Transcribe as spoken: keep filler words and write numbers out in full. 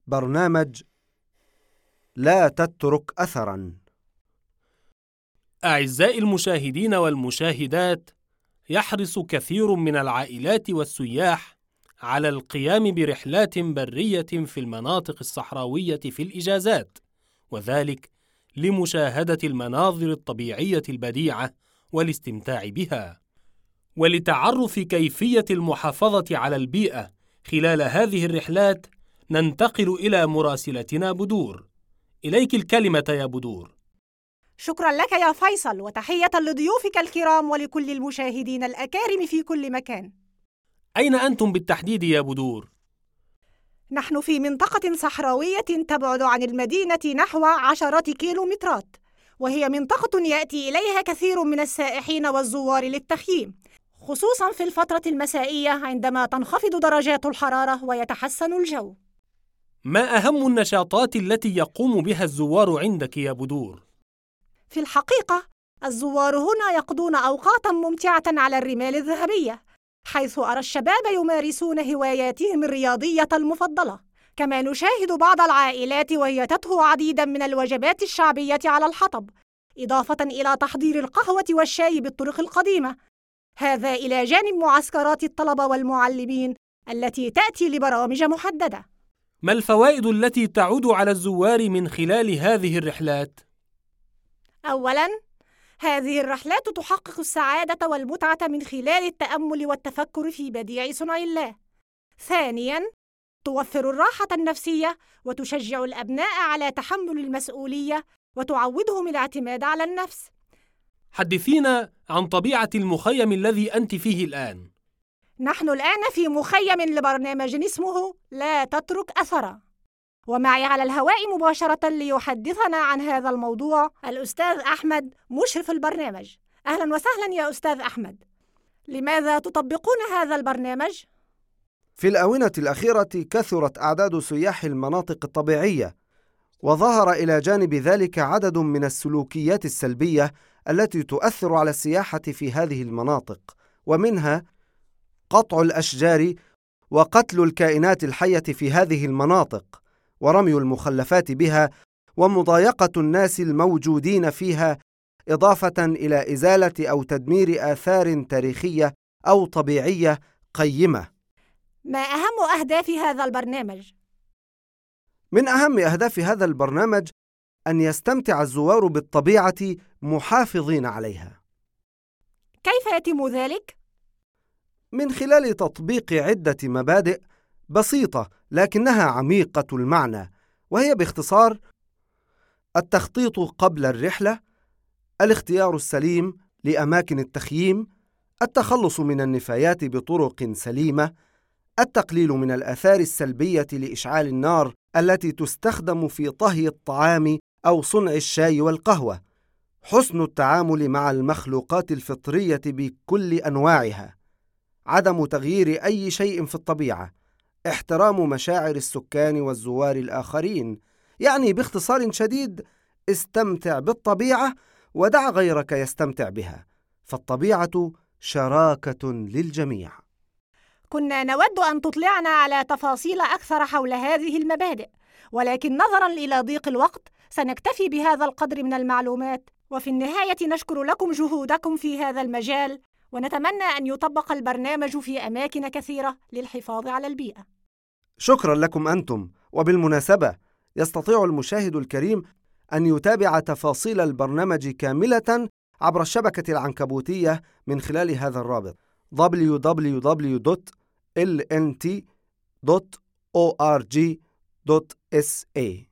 برنامج لا تترك أثراً. أعزائي المشاهدين والمشاهدات، يحرص كثير من العائلات والسياح على القيام برحلات برية في المناطق الصحراوية في الإجازات، وذلك لمشاهدة المناظر الطبيعية البديعة والاستمتاع بها. ولتعرف كيفية المحافظة على البيئة خلال هذه الرحلات، ننتقل إلى مراسلتنا بدور. إليك الكلمة يا بدور. شكرا لك يا فيصل، وتحية لضيوفك الكرام ولكل المشاهدين الأكارم في كل مكان. أين أنتم بالتحديد يا بدور؟ نحن في منطقة صحراوية تبعد عن المدينة نحو عشرة كيلومترات، وهي منطقة يأتي إليها كثير من السائحين والزوار للتخييم، خصوصا في الفترة المسائية عندما تنخفض درجات الحرارة ويتحسن الجو. ما أهم النشاطات التي يقوم بها الزوار عندك يا بدور؟ في الحقيقة الزوار هنا يقضون أوقاتا ممتعة على الرمال الذهبية، حيث أرى الشباب يمارسون هواياتهم الرياضية المفضلة. كما نشاهد بعض العائلات وهي تطهو عديدا من الوجبات الشعبية على الحطب، إضافة إلى تحضير القهوة والشاي بالطرق القديمة، هذا إلى جانب معسكرات الطلبة والمعلمين التي تأتي لبرامج محددة. ما الفوائد التي تعود على الزوار من خلال هذه الرحلات؟ أولاً، هذه الرحلات تحقق السعادة والمتعة من خلال التأمل والتفكر في بديع صنع الله. ثانياً، توفر الراحة النفسية وتشجع الأبناء على تحمل المسؤولية وتعودهم الاعتماد على النفس. حدثينا عن طبيعة المخيم الذي أنت فيه الآن. نحن الآن في مخيم لبرنامج اسمه لا تترك أثرا، ومعي على الهواء مباشرة ليحدثنا عن هذا الموضوع الأستاذ أحمد مشرف البرنامج. أهلا وسهلا يا أستاذ أحمد، لماذا تطبقون هذا البرنامج؟ في الآونة الأخيرة كثرت أعداد سياح المناطق الطبيعية، وظهر إلى جانب ذلك عدد من السلوكيات السلبية التي تؤثر على السياحة في هذه المناطق، ومنها قطع الأشجار وقتل الكائنات الحية في هذه المناطق، ورمي المخلفات بها، ومضايقة الناس الموجودين فيها، إضافة إلى إزالة أو تدمير آثار تاريخية أو طبيعية قيمة. ما أهم أهداف هذا البرنامج؟ من أهم أهداف هذا البرنامج أن يستمتع الزوار بالطبيعة محافظين عليها. كيف يتم ذلك؟ من خلال تطبيق عدة مبادئ بسيطة لكنها عميقة المعنى، وهي باختصار: التخطيط قبل الرحلة، الاختيار السليم لأماكن التخييم، التخلص من النفايات بطرق سليمة، التقليل من الآثار السلبية لإشعال النار التي تستخدم في طهي الطعام أو صنع الشاي والقهوة، حسن التعامل مع المخلوقات الفطرية بكل أنواعها، عدم تغيير أي شيء في الطبيعة، احترام مشاعر السكان والزوار الآخرين. يعني باختصار شديد، استمتع بالطبيعة ودع غيرك يستمتع بها، فالطبيعة شراكة للجميع. كنا نود أن تطلعنا على تفاصيل أكثر حول هذه المبادئ، ولكن نظراً إلى ضيق الوقت سنكتفي بهذا القدر من المعلومات. وفي النهاية نشكر لكم جهودكم في هذا المجال، ونتمنى أن يطبق البرنامج في أماكن كثيرة للحفاظ على البيئة. شكرا لكم أنتم. وبالمناسبة، يستطيع المشاهد الكريم أن يتابع تفاصيل البرنامج كاملة عبر الشبكة العنكبوتية من خلال هذا الرابط دبليو دبليو دبليو دوت إل إن تي دوت أورج دوت إس إيه.